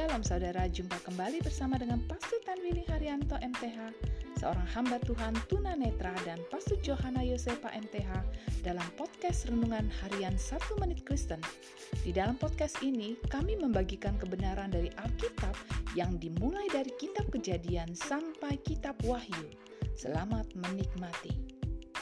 Shalom saudara, jumpa kembali bersama dengan Pastor Tanwili Haryanto MTH, seorang hamba Tuhan tunanetra, dan Pastor Johana Yosepa MTH dalam podcast Renungan Harian 1 Menit Kristen. Di dalam podcast ini, kami membagikan kebenaran dari Alkitab yang dimulai dari Kitab Kejadian sampai Kitab Wahyu. Selamat menikmati.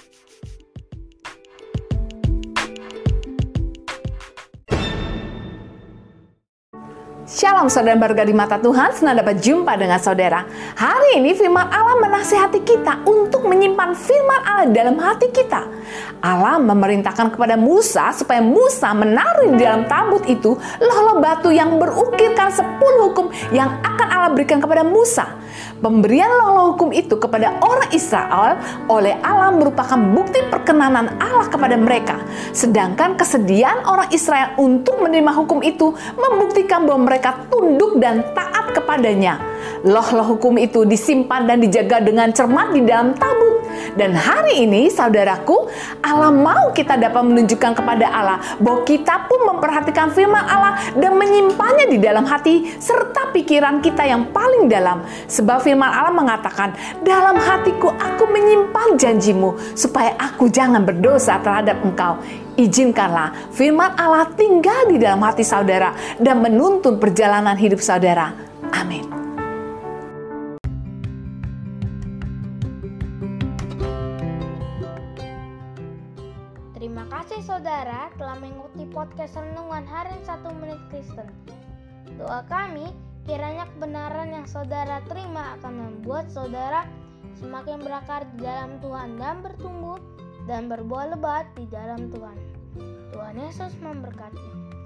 Shalom saudara berharga di mata Tuhan, senang dapat jumpa dengan saudara. Hari ini firman Allah menasihati kita untuk menyimpan firman Allah dalam hati kita. Allah memerintahkan kepada Musa supaya Musa menaruh di dalam tabut itu loh-loh batu yang berukirkan 10 hukum yang akan Allah berikan kepada Musa. Pemberian loh-loh hukum itu kepada orang Israel oleh Allah merupakan bukti perkenanan Allah kepada mereka. Sedangkan kesediaan orang Israel untuk menerima hukum itu membuktikan bahwa mereka tunduk dan taat kepadanya. Loh-loh hukum itu disimpan dan dijaga dengan cermat di dalam tabut. Dan hari ini saudaraku, Allah mau kita dapat menunjukkan kepada Allah bahwa kita pun memperhatikan firman Allah dan menyimpannya di dalam hati serta pikiran kita yang paling dalam. Sebab firman Allah mengatakan, dalam hatiku aku menyimpan janjimu supaya aku jangan berdosa terhadap engkau. Izinkanlah firman Allah tinggal di dalam hati saudara dan menuntun perjalanan hidup saudara. Amin. Terima kasih saudara telah mengikuti podcast Renungan Harian 1 Menit Kristen. Doa kami, kiranya kebenaran yang saudara terima akan membuat saudara semakin berakar di dalam Tuhan dan bertumbuh dan berbuah lebat di dalam Tuhan. Tuhan Yesus memberkati.